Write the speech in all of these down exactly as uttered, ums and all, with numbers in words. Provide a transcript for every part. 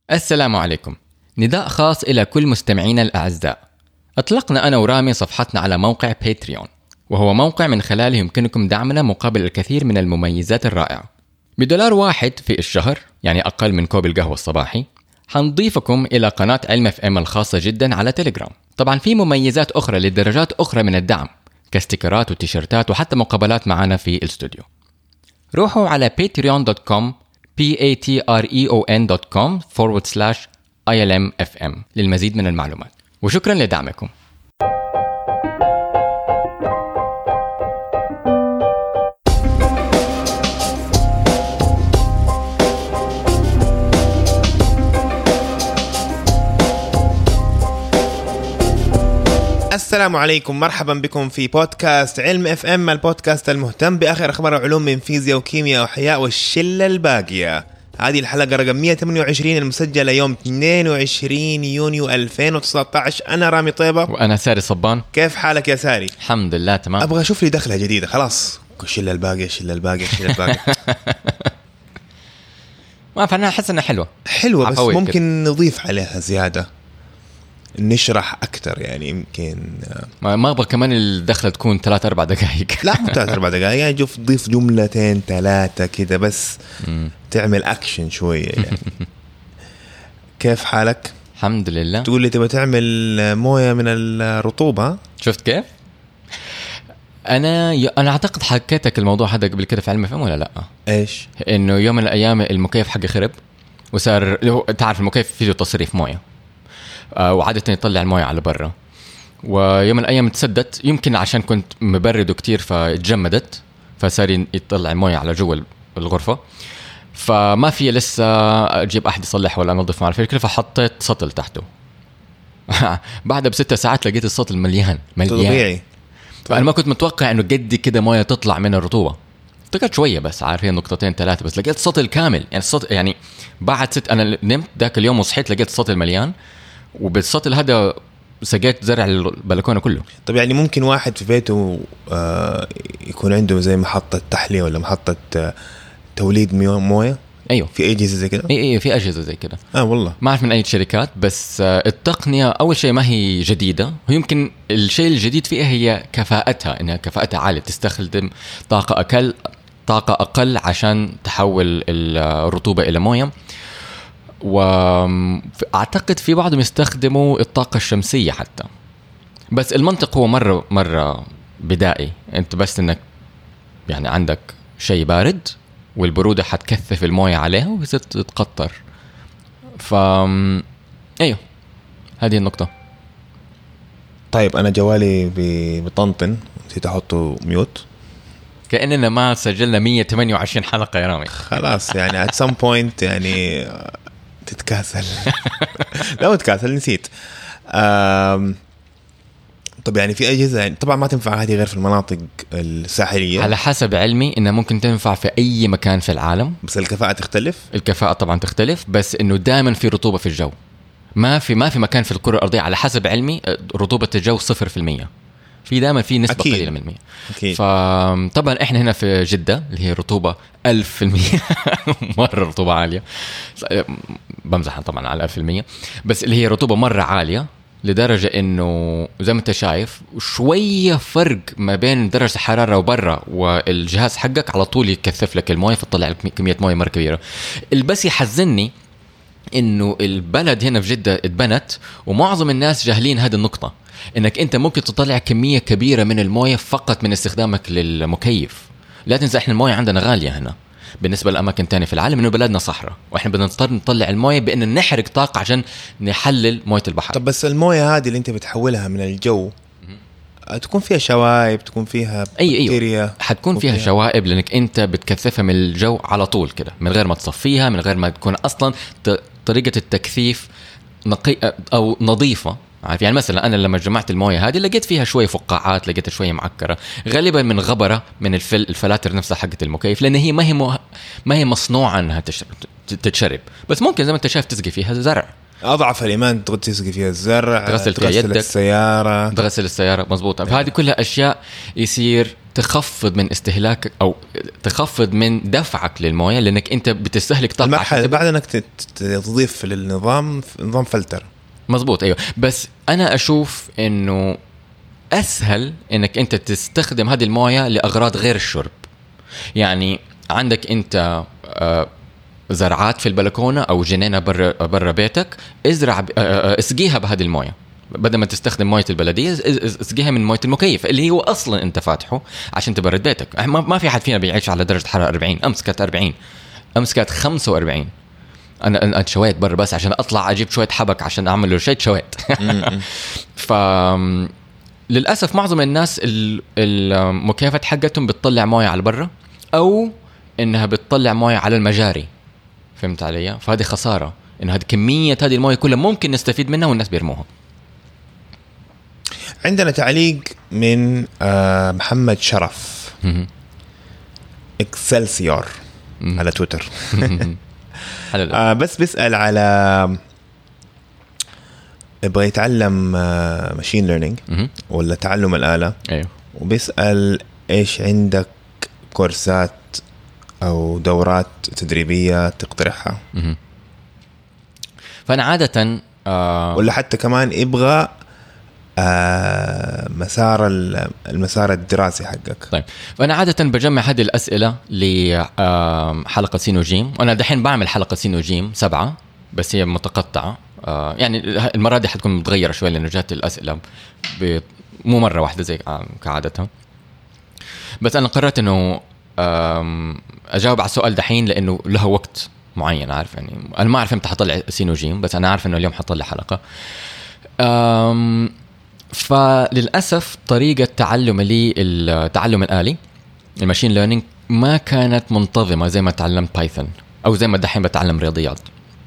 السلام عليكم. نداء خاص إلى كل مستمعينا الأعزاء. أطلقنا أنا ورامي صفحتنا على موقع باتريون، وهو موقع من خلاله يمكنكم دعمنا مقابل الكثير من المميزات الرائعة. بدولار واحد في الشهر، يعني أقل من كوب القهوة الصباحي، حنضيفكم إلى قناة علم اف ام الخاصة جدا على تليجرام. طبعا في مميزات أخرى لدرجات أخرى من الدعم، كاستيكرات وتيشيرتات وحتى مقابلات معنا في الاستوديو. روحوا على patreon دوت كوم patreon.com forward slash ilmfm للمزيد من المعلومات، وشكرا لدعمكم. السلام عليكم، مرحبا بكم في بودكاست علم اف ام، البودكاست المهتم باخر اخبار العلوم من فيزياء وكيمياء واحياء والشله الباقيه. هذه الحلقه رقم مية وثمانية وعشرين المسجله يوم اثنين وعشرين يونيو ألفين وتسعة عشر. انا رامي طيبه وانا ساري صبان. كيف حالك يا ساري؟ الحمد لله تمام. ابغى اشوف لي دخله جديده، خلاص الشله الباقيه الشله الباقيه الشله الباقيه ما فانا احس انها حلوه حلوه بس ممكن كده. نضيف عليها زياده، نشرح أكتر، يعني يمكن ما ما أبغى كمان الدخلة تكون ثلاث أربع دقائق. لا مو ثلاث أربع دقائق، يعني جوف ضيف جملتين ثلاثة كده بس مم. تعمل أكشن شوية يعني. كيف حالك؟ الحمد لله. تقول لي تبغى تعمل موية من الرطوبة؟ شفت كيف؟ أنا ي... أنا أعتقد حكيتك الموضوع هذا قبل كده في علم فهم ولا لأ؟ إيش؟ إنه يوم من الأيام المكيف حقي خرب وصار، تعرف المكيف فيه تصريف موية، وعادة يطلع الموية على برا، ويوم الأيام تسدت، يمكن عشان كنت مبرده كتير فتجمدت، فصار يطلع الموية على جوا الغرفة، فما في لسه أجيب أحد يصلح ولا أنظف مع الفكرة، فحطيت سطل تحته. بعد بستة ساعات لقيت السطل مليان مليان طبيعي. فأنا ما كنت متوقع إنه قد كده موية تطلع من الرطوبة. طلعت شوية بس، عارفين نقطتين ثلاثة بس، لقيت سطل كامل. يعني السطل يعني بعد ست أنا نمت ذاك اليوم وصحيت لقيت السطل مليان، وبالسطل هذا سقيت زرع البلكونة كله. طب يعني ممكن واحد في بيته آه يكون عنده زي محطة تحلية ولا محطة آه توليد موية؟ أيوه في أجهزة زي كده؟ أي أي في أجهزة زي كده. آه والله ما أعرف من أي شركات، بس آه التقنية أول شيء ما هي جديدة، ويمكن الشيء الجديد فيها هي كفاءتها، إنها كفاءتها عالية، تستخدم طاقة أقل طاقة أقل عشان تحول الرطوبة إلى موية. وأعتقد في بعضهم يستخدموا الطاقة الشمسية حتى، بس المنطق هو مرة مرة بدائي. أنت بس إنك يعني عندك شيء بارد والبرودة حتكثف الموية عليها وستتقطر. ف أيوه هذه النقطة. طيب أنا جوالي بطنطن، نسيت أحطه ميوت. كأننا ما سجلنا مية وثمانية وعشرين حلقة يا رامي. خلاص يعني at some point يعني تتكاسل. لا تتكاسل، نسيت. طب يعني في أجهزة يعني طبعا ما تنفع هذه غير في المناطق الساحلية. على حسب علمي إنها ممكن تنفع في أي مكان في العالم، بس الكفاءة تختلف. الكفاءة طبعا تختلف، بس إنه دائما في رطوبة في الجو. ما في ما في مكان في الكرة الأرضية على حسب علمي رطوبة الجو صفر في المية. في دائما في نسبة أكيد. قليلة من المية. أكيد. فطبعا إحنا هنا في جدة اللي هي رطوبة ألف في المية. مرة رطوبة عالية، بمزح طبعا على ألف في المية، بس اللي هي رطوبة مرة عالية لدرجة إنه زي ما أنت شايف شوية فرق ما بين درجة الحرارة وبرا والجهاز حقك على طول يكثف لك المويه، فتطلع كمية مويه مرة كبيرة. البس يحزنني إنه البلد هنا في جدة اتبنت ومعظم الناس جاهلين هذه النقطة، إنك أنت ممكن تطلع كمية كبيرة من المويه فقط من استخدامك للمكيف. لا تنسى إحنا المويه عندنا غالية هنا بالنسبة لأماكن تانية في العالم، إنه بلدنا صحراء وإحنا بدنا نضطر نطلع المويه بأن نحرق طاقة عشان نحلل موية البحر. طب بس المويه هذه اللي أنت بتحولها من الجو تكون فيها شوائب، تكون فيها بكتيريا. أيوة. حتكون فيها, فيها شوائب لأنك أنت بتكثفها من الجو على طول كده من غير ما تصفيها، من غير ما تكون أصلا طريقة التكثيف نقي أو نظيفة. عارف يعني مثلا أنا لما جمعت المويه هذه لقيت فيها شوية فقاعات، لقيتها شوية معكرة، غالبا من غبرة من الفل الفلاتر نفسها حقة المكيف، لأن هي ما هي مه... ما هي مصنوعة أنها تشرب تتشرب، بس ممكن زي ما أنت شايف تسقي فيها زرع. اضعف الايمان تسقي فيها الزرع، تغسل, تغسل السياره تغسل السياره مزبوطه. فهذه كلها اشياء يصير تخفض من استهلاكك او تخفض من دفعك للمويه، لانك انت بتستهلك طاقه. المرحله بعد انك تضيف للنظام نظام فلتر. مزبوط ايوه. بس انا اشوف انه اسهل انك انت تستخدم هذه المويه لاغراض غير الشرب. يعني عندك انت زرعات في البلكونه او جنينه برا برا بيتك، ازرع اسقيها بهذه المويه بدل ما تستخدم مويه البلديه، اسقيها من مويه المكيف اللي هو اصلا انت فاتحه عشان تبرد بيتك. ما في حد فينا بيعيش على درجه حراره أربعين، امس كانت أربعين، امس كانت خمسة وأربعين. انا انا شويت برا بس عشان اطلع اجيب شويه حبك عشان اعمل له شيء شويت. ف للاسف معظم الناس المكيفات حقتهم بتطلع مويه على برا او انها بتطلع مويه على المجاري. فهمت علي؟ فهذه خساره، ان هذه كميه هذه المويه كلها ممكن نستفيد منها والناس بيرموها. عندنا تعليق من محمد شرف اكسلسيور على تويتر. آه بس بيسأل على يبغى يتعلم ماشين ليرنينج ولا تعلم الآلة. أيوه. وبيسأل إيش عندك كورسات أو دورات تدريبية تقترحها. مه. فأنا عادة آه ولا حتى كمان يبغى آه مسار المسار الدراسي حقك. طيب فأنا عادة بجمع هذه الأسئلة لحلقة سينو جيم، وأنا دحين بعمل حلقة سينو جيم سبعة بس هي متقطعة. آه يعني المرة دي حتكون متغيرة شوي لأنه جات الأسئلة مو مرة واحدة زي كعادتها. بس أنا قررت إنه أجاوب على السؤال دحين لأنه له وقت معين. عارف يعني أنا ما أعرف إمتى حطلع سينو جيم، بس أنا عارف إنه اليوم حطلع حلقة. فللأسف طريقة تعلم لي التعلم الآلي الماشين ليرنينج ما كانت منتظمة زي ما تعلمت بايثون أو زي ما دحين بتعلم رياضيات.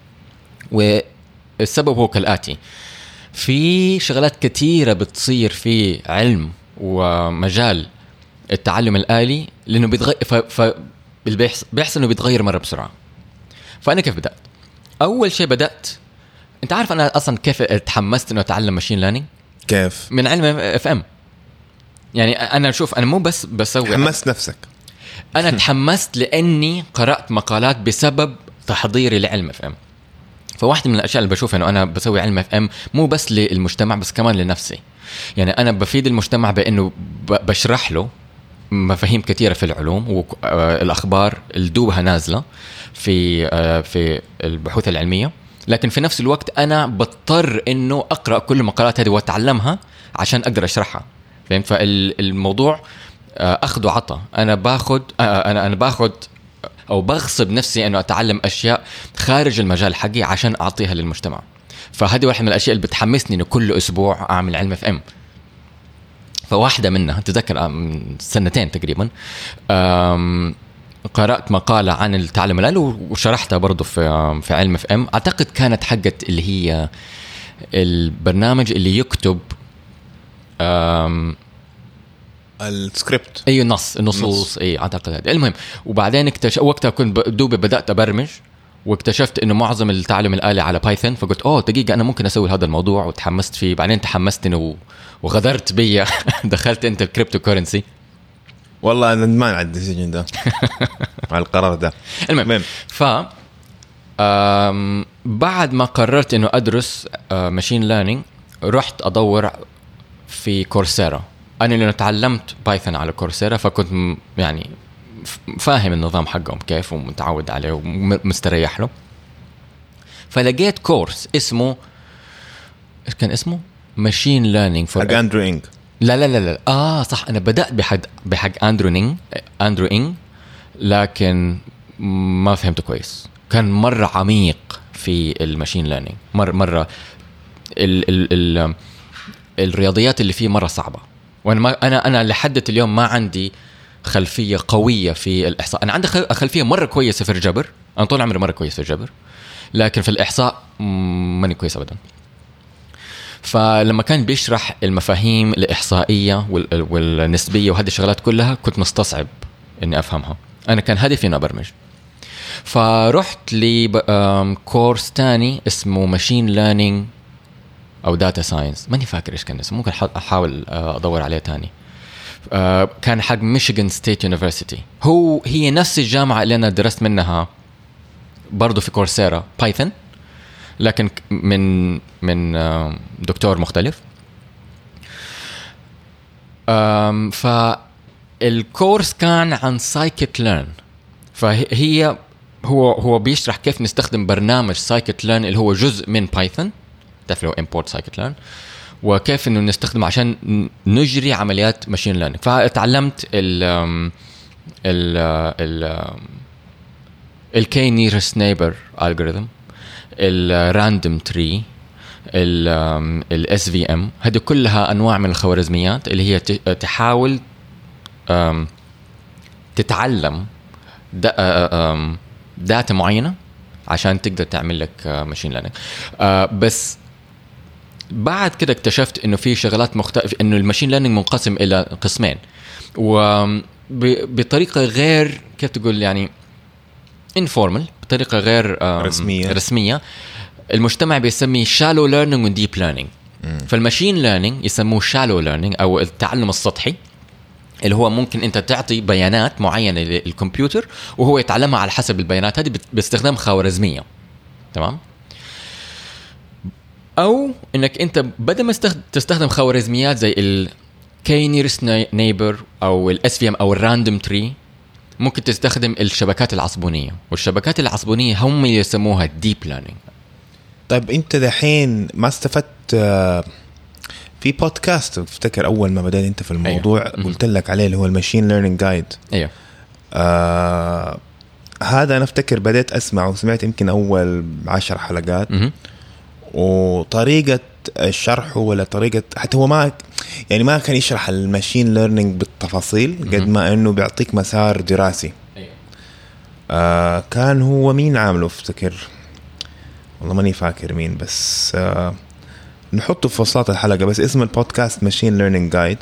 والسبب هو كالآتي: في شغلات كتيرة بتصير في علم ومجال التعلم الآلي لأنه بيتغير، فبيحصل إنه بيتغير مرة بسرعة. فأنا كيف بدأت؟ أول شيء بدأت، أنت عارف أنا أصلا كيف تحمست إنه أتعلم ماشين ليرنينج؟ كيف؟ من علم اف ام. يعني أنا شوف أنا مو بس بسوي حمست نفسك، أنا تحمست لأني قرأت مقالات بسبب تحضيري لعلم اف ام. فواحدة من الأشياء اللي بشوفها إنه أنا بسوي علم اف ام مو بس للمجتمع بس كمان لنفسي. يعني أنا بفيد المجتمع بأنه بشرح له مفاهيم كثيرة في العلوم والأخبار الدوبها نازلة في في البحوث العلمية، لكن في نفس الوقت أنا بضطر إنه أقرأ كل المقالات هذه وأتعلمها عشان أقدر أشرحها. فهمت؟ فالموضوع أخذ وعطى. أنا باخد أنا أنا باخد أو بغصب نفسي إنه أتعلم أشياء خارج المجال حقي عشان أعطيها للمجتمع. فهذه واحدة من الأشياء اللي بتحمسني إنه كل أسبوع أعمل علم اف ام. فواحدة منها تذكر من سنتين تقريبا قرأت مقالة عن التعلم الآلي وشرحتها برضو في في علم اف ام. أعتقد كانت حقت اللي هي البرنامج اللي يكتب السكريبت، أي نص النصوص أي أعتقد هذا. المهم وبعدين اكتشف وقتها كنت دوبي بدأت أبرمج واكتشفت إنه معظم التعلم الآلي على بايثون. فقلت أوه دقيقة أنا ممكن أسوي هذا الموضوع وتحمست فيه. بعدين تحمست إنه وغدرت بيا دخلت أنت الكريبتو كورنسي. والله أنا ندمان على الديسيجن ده على القرار ده. المهم ف بعد ما قررت إنه أدرس ماشين ليرنينج رحت أدور في كورسيرا. أنا اللي تعلمت بايثون على كورسيرا فكنت يعني فاهم النظام حقهم كيف ومتعود عليه ومستريح له. فلقيت كورس اسمه إيش كان اسمه؟ ماشين ليرنينج حق أندرو إنج. لا لا لا لا آه صح أنا بدأت بحق بحق أندرو إنج أندرو إنج لكن ما فهمته كويس. كان مرة عميق في الماشين ليرنينج، مرة مرة ال ال ال الرياضيات اللي فيه مرة صعبة. وأنا ما أنا أنا لحد اليوم ما عندي خلفية قوية في الإحصاء. أنا عندي خلفية مرة كويسة في الجبر، أنا طول عمري مرة كويس في الجبر، لكن في الإحصاء ماني كويس أبدا. فلما كان بيشرح المفاهيم الإحصائية والنسبية وهذه الشغلات كلها كنت مستصعب إني أفهمها. أنا كان هدفي إني أبرمج. فرحت لكورس تاني اسمه ماشين ليرنينج او داتا ساينس، ماني فاكر ايش كان اسمه، ممكن احاول ادور عليه تاني. كان حق ميشيغان ستيت يونيفرسيتي، هو هي نفس الجامعه اللي انا درست منها برضو في كورسيرا بايثون، لكن من من دكتور مختلف. فالكورس كان عن سايكت ليرن، فهي هو هو بيشرح كيف نستخدم برنامج سايكت ليرن اللي هو جزء من بايثون، تعرف له امبورت سايكت ليرن، وكيف انه نستخدمه عشان نجري عمليات ماشين ليرنينج. فتعلمت ال ال ال الكي نيرست نيبر الجوريثم، الراندوم تري، الاس في ام، هذه كلها انواع من الخوارزميات اللي هي تحاول تتعلم داتا معينه عشان تقدر تعمل لك ماشين ليرنينج. بس بعد كده اكتشفت انه في شغلات مختلفه، انه الماشين ليرنينج منقسم الى قسمين، وبطريقه غير كيف تقول يعني informal، بطريقه غير رسميه رسميه المجتمع بيسميه shallow learning و deep learning. فالماشين learning يسموه shallow learning او التعلم السطحي، اللي هو ممكن انت تعطي بيانات معينه للكمبيوتر وهو يتعلمها على حسب البيانات هذه باستخدام خوارزميه، تمام؟ او انك انت بدل ما تستخدم خوارزميات زي الكي نيرست نيبر او الاس في ام او الراندوم تري، ممكن تستخدم الشبكات العصبونيه، والشبكات العصبونيه هم يسموها ديب ليرنينج. طيب انت دحين ما استفدت في بودكاست افتكر اول ما بدأت انت في الموضوع؟ أيوه. قلت لك عليه اللي هو الماشين ليرنينج جايد. ايوه آه هذا انا افتكر بدأت اسمع وسمعت يمكن اول عشر حلقات. م- وطريقة الشرح ولا طريقة حتى هو ما يعني ما كان يشرح الماشين ليرنينج بالتفاصيل قد ما انه بيعطيك مسار دراسي. أيوة. آه كان هو مين عامله افتكر، والله ماني فاكر مين، بس آه نحطه في وصلات الحلقة، بس اسم البودكاست ماشين ليرنينج جايد.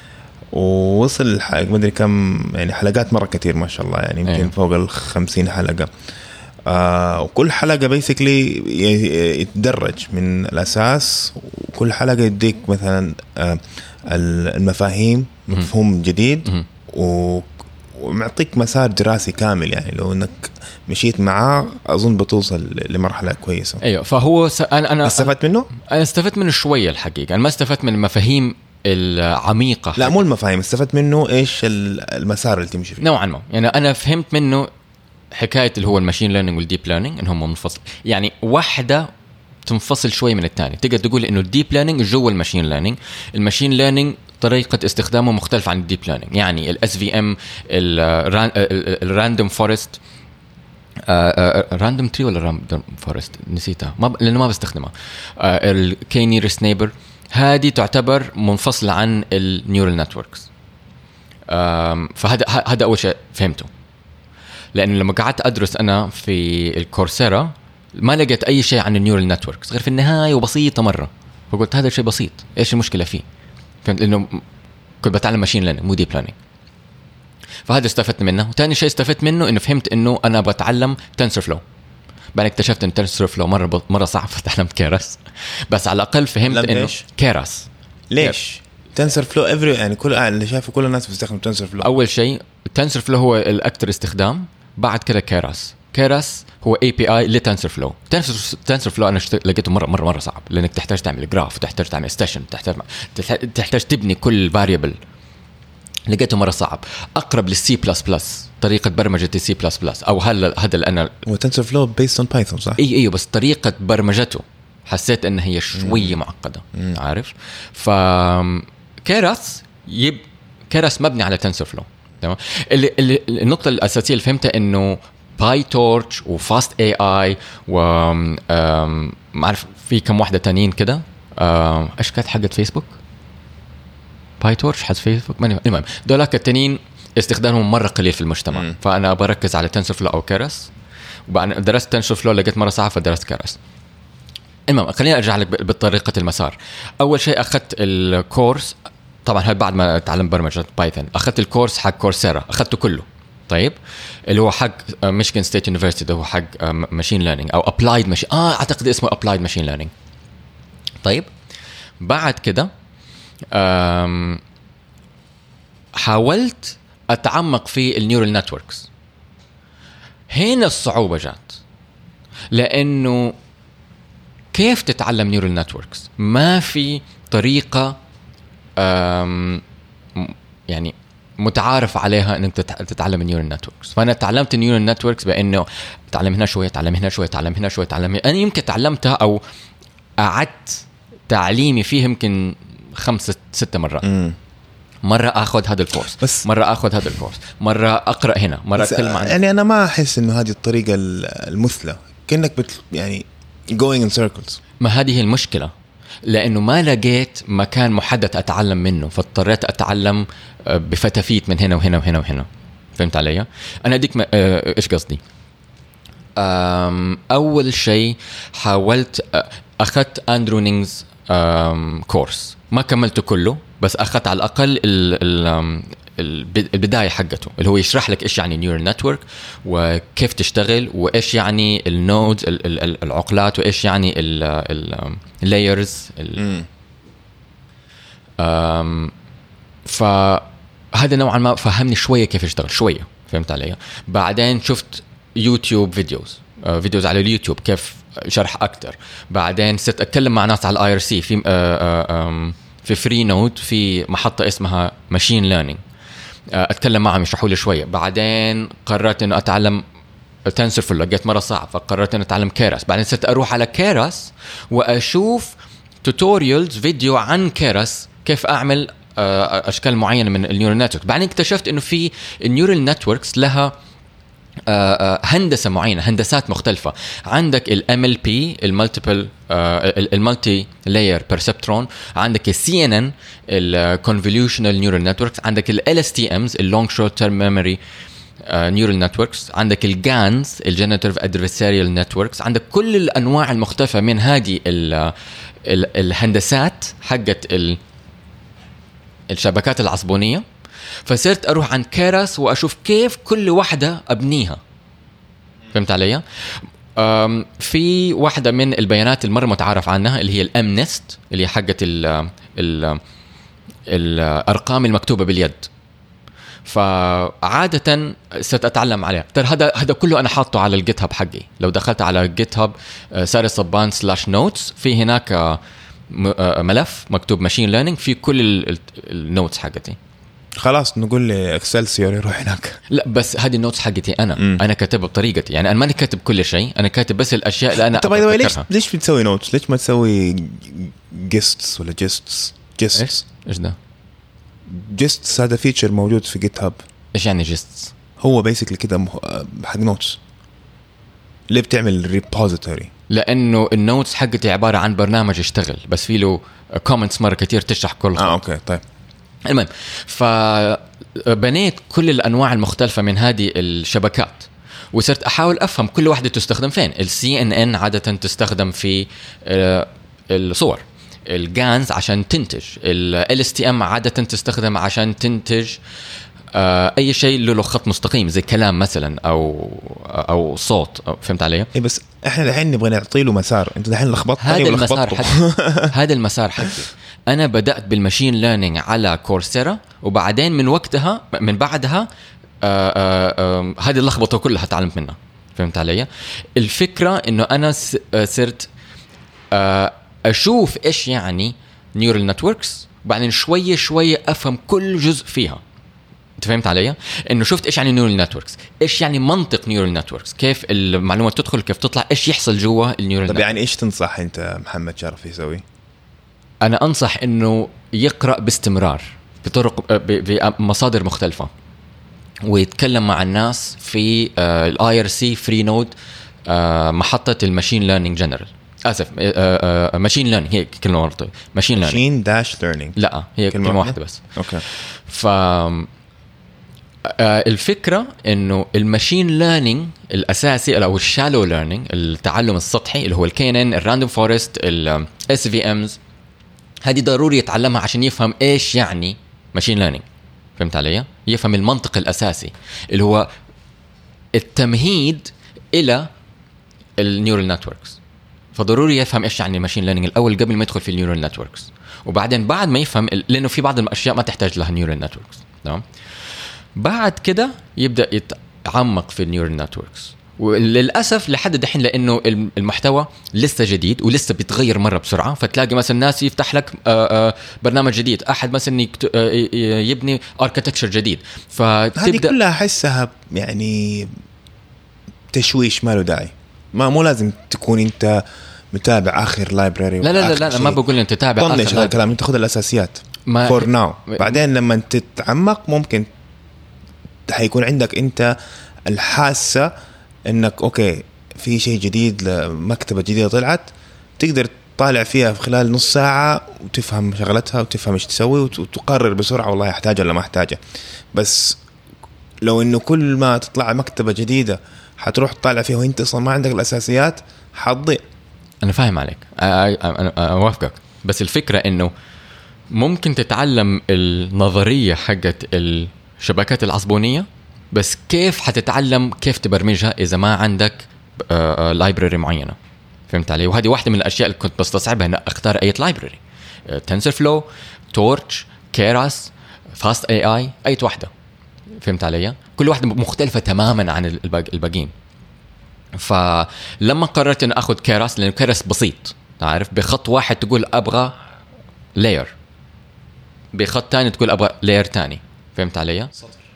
ووصل ما ادري كم يعني حلقات مرة كتير ما شاء الله، يعني يمكن أيوة. فوق الخمسين حلقة. آه وكل حلقة بيسكلي يتدرج من الأساس، وكل حلقة يديك مثلا آه المفاهيم مفهوم جديد و... ومعطيك مسار دراسي كامل. يعني لو انك مشيت معاه اظن بتوصل لمرحله كويسه. ايوه فهو س... انا انا استفدت منه انا استفدت منه شويه الحقيقه. انا ما استفدت من المفاهيم العميقه، لا مو المفاهيم، استفدت منه ايش المسار اللي تمشي فيه نوعا ما. يعني انا فهمت منه حكايه اللي هو الماشين ليرنينج والديب ليرنينج انهم منفصل، يعني واحده تنفصل شوي من الثاني. تقدر تقول انه الديب ليرنينج جوا الماشين ليرنينج، الماشين ليرنينج طريقه استخدامه مختلفه عن الديب ليرنينج. يعني الاس في ام، الراندوم فورست، راندوم تري ولا راندوم فورست نسيتها ما ب... لانه ما بستخدمها. الكي نيرست نيبر هذه تعتبر منفصله عن النيورال نتوركس. فهذا هذا اول شيء فهمته، لأن لما قعدت أدرس أنا في الكورسيرا ما لقيت أي شيء عن النيورال نتوركس غير في النهاية وبسيطة مرة. فقلت هذا الشيء بسيط، إيش المشكلة فيه؟ فهمت إنه كنت بتعلم ماشين ليرنينج مو ديب ليرنينج. فهذا استفدت منه. وثاني شيء استفدت منه إنه فهمت إنه أنا بتعلم تنسور فلو. بعدين اكتشفت إن تنسور فلو مرة مرة صعب، فتعلمت كيراس. بس على الأقل فهمت إنه كيراس. ليش؟ تنسور فلو إفري يعني كل اللي شافه كل الناس بيستخدم تنسور فلو. أول شيء تنسور فلو هو الأكثر استخدام، بعد كده كيراس. كيراس هو اي بي اي لتنسور فلو. تنسور فلو انا لقيته مره مره مره صعب، لانك تحتاج تعمل جراف وتحتاج تعمل ستيشن، تحتاج تحتاج تبني كل فاريبل. لقيته مره صعب. اقرب للسي بلس بلس، طريقه برمجه السي بلس بلس، او هل هذا اللي انا هو تنسور فلو بيست اون بايثون صح؟ اي ايوه، بس طريقه برمجته حسيت ان هي شويه معقده. مم. عارف؟ ف كيراس يب كيراس مبني على تنسور فلو. تمام. اللي, اللي النقطه الاساسيه اللي فهمتها انه باي تورش وفاست اي اي و ما اعرف في كم واحده تانيين كده. ايش كانت حقت فيسبوك؟ باي تورش حق فيسبوك. المهم دولك التانيين استخدامهم مره قليل في المجتمع. م. فانا بركز على تنسور فلو او كيراس، وبعد درست تنسور فلو لقيت مره صعبه فدرست كيراس. المهم خليني ارجع لك بطريقه المسار. اول شيء اخذت الكورس، طبعا هل بعد ما اتعلم برمجه بايثون اخذت الكورس حق كورسيرا، اخذته كله طيب اللي هو حق ميشيغان ستيت يونيفرسيتي، ده هو حق ماشين ليرنينج او ابلايد ماشين اه اعتقد اسمه ابلايد ماشين ليرنينج. طيب بعد كده حاولت اتعمق في النيورال نتوركس. هنا الصعوبة جات، لانه كيف تتعلم نيورال نتوركس؟ ما في طريقة يعني متعارف عليها انك تتعلم النيورال نتوركس. فانا تعلمت النيورال نتوركس بانه اتعلم هنا شويه، اتعلم هنا شويه، اتعلم هنا شويه، اتعلم هنا. انا يمكن تعلمتها او قعدت تعليمي فيه يمكن خمسة ستة مرات. م. مرة أخذ هذا الكورس، بس مرة أخذ هذا الكورس، مرة أقرأ هنا، مرة أتكلم عن. يعني أنا ما أحس إنه هذه الطريقة المثلى، كأنك بت يعني going in circles. ما هذه هي المشكلة، لأنه ما لقيت مكان محدد أتعلم منه، فاضطريت أتعلم بفتافيت من هنا وهنا وهنا وهنا. فهمت علي؟ أنا أديك م... إيش قصدي؟ أول شيء حاولت أخذت أندرو نينجز كورس، ما كملته كله بس أخذت على الأقل ال البداية حقته، اللي هو يشرح لك إيش يعني نيورال نتورك وكيف تشتغل وإيش يعني النودز العقلات وإيش يعني اللايرز. فهذا نوعا ما فهمني شوية كيف يشتغل شوية. فهمت علي؟ بعدين شفت يوتيوب فيديوز فيديوز على اليوتيوب كيف شرح أكتر. بعدين صرت أتكلم مع ناس على الاي ار سي في في فري نود في محطة اسمها ماشين ليرنينج، أتكلم معهم يشرحوا لي شوية. بعدين قررت إنه أتعلم تنسورفلو، لقيت مرة صعب فقررت إنه أتعلم كيراس. بعدين صرت أروح على كيراس وأشوف توتوريالز فيديو عن كيراس كيف أعمل أشكال معينة من النيورال نتورك. بعدين اكتشفت إنه في النيورال نتوركس لها هندسة معينة، هندسات مختلفة. عندك ال إم إل بي المالتيبل المالتي لاير بيرسبترون، عندك ال سي إن إن الكونفوليوشنال نيورال نتوركس، عندك ال إل إس تي إمز اللونج شورت تيرم ميموري نيورال نتوركس، عندك الجانز الجينيراتيف ادفرساريال نتوركس. عندك كل الانواع المختلفة من هذه ال الهندسات حقت الشبكات العصبونية. فصرت أروح عند كيراس وأشوف كيف كل واحدة أبنيها. فهمت علي؟ في واحدة من البيانات المرة متعارف عنها اللي هي الأمنست، اللي هي حقة ال ال الأرقام المكتوبة باليد. فعادة صرت أتعلم عليها. ترى هذا هذا كله أنا حاطه على الجيت هاب حقي. لو دخلت على جيت هاب ساري صبان سلاش نوتس، في هناك ملف مكتوب ماشين ليرنينج في كل النوتس حقتي. خلاص نقول لي اكسلسيور يروح هناك. لا بس هذه النوتس حقتي انا م. انا كاتبها بطريقتي، يعني انا ماني كاتب كل شيء، انا كاتب بس الاشياء اللي انا. طب ليش ليش بتسوي نوتس؟ ليش ما تسوي جيستس ولا جيستس جيستس ايش ده؟ جيستس هذا فيتشر موجود في جيت هاب. ايش يعني جيستس؟ هو بيسكلي كده حق نوتس. ليه بتعمل ريبوزيتوري؟ لانه النوتس حقتي عباره عن برنامج يشتغل بس فيه له كومنتس مره كتير تشرح كل خط. اه اوكي طيب. المهم فبنيت كل الأنواع المختلفة من هذه الشبكات وصرت أحاول أفهم كل واحدة تستخدم فين. ال سي إن إن عادة تستخدم في الصور، الجانز عشان تنتج، ال إل إس تي إم عادة تستخدم عشان تنتج أي شيء له خط مستقيم زي كلام مثلا أو أو صوت. فهمت علي؟ إيه بس إحنا الحين نبغى نعطي له مسار، أنت الحين لخبطتني. هذا المسار حقي هذا المسار حقي. أنا بدأت بالماشين ليرنينج على كورسيرا، وبعدين من وقتها من بعدها هذه اللخبطة كلها تعلمت منها. فهمت علي؟ الفكرة إنه أنا صرت أشوف إيش يعني نيورال نتوركس، وبعدين شوية شوية أفهم كل جزء فيها. أنت فهمت علي؟ إنه شفت إيش يعني نيورال نتوركس، إيش يعني منطق نيورال نتوركس، كيف المعلومات تدخل كيف تطلع، إيش يحصل جوا النيورال. طب يعني إيش تنصح أنت محمد شرف يسوي؟ أنا أنصح إنه يقرأ باستمرار بطرق بمصادر مختلفة، ويتكلم مع الناس في الاي ار سي فري نود محطة الماشين ليرنينج جنرال. آسف ماشين ليرنينج هي كلمة غلط. ماشين ليرنينج ماشين داش ليرنينج لا هي كلمة, كلمة واحدة بس. أوكي. ف الفكرة إنه الماشين ليرنينج الأساسي أو الشالو ليرنينج التعلم السطحي اللي هو الكي إن إن الراندوم فورست الاس في إمز، هذه ضروري يتعلمها عشان يفهم إيش يعني ماشين ليرنينج. فهمت علي؟ يفهم المنطق الأساسي اللي هو التمهيد إلى النيورال نتوركس. فضروري يفهم إيش يعني ماشين ليرنينج الأول قبل ما يدخل في النيورال نتوركس، وبعدين بعد ما يفهم، لأنه في بعض الأشياء ما تحتاج لها نيورال نتوركس، تمام؟ بعد كده يبدأ يتعمق في النيورال نتوركس. وللأسف لحد دحين لأنه المحتوى لسه جديد ولسه بيتغير مرة بسرعة، فتلاقي مثلا ناس يفتح لك برنامج جديد، أحد مثلا يبني architecture جديد، فتبدأ هذه كلها أحسها يعني تشويش ما له داعي. ما مو لازم تكون أنت متابع آخر لايبراري. لا لا لا, لا ما بقول أنت تتابع آخر لايبراري. الكلام أنت خذ الأساسيات for now. بعدين لما تتعمق ممكن حيكون عندك أنت الحاسة انك اوكي في شيء جديد، مكتبة جديدة طلعت تقدر تطالع فيها في خلال نص ساعة وتفهم شغلتها وتفهم ايش تسوي وتقرر بسرعة والله احتاجها ولا ما احتاجها. بس لو انه كل ما تطلع مكتبة جديدة حتروح تطالع فيها وانت اصلا ما عندك الاساسيات حتضيع. انا فاهم عليك، انا اوافقك، بس الفكرة انه ممكن تتعلم النظرية حقت الشبكات العصبونية، بس كيف حتتعلم كيف تبرمجها إذا ما عندك لايبراري معينة؟ فهمت علي؟ وهذه واحدة من الأشياء اللي كنت بستصعبها أن أختار أي لايبراري، تنسرفلو، تورش، كيراس، فاست اي اي، أي واحدة. فهمت علي؟ كل واحدة مختلفة تماما عن الباقين. فلما قررت أن أخذ كيراس، لأن كيراس بسيط، تعرف، بخط واحد تقول أبغى لاير، بخط تاني تقول أبغى لاير تاني. فهمت علي؟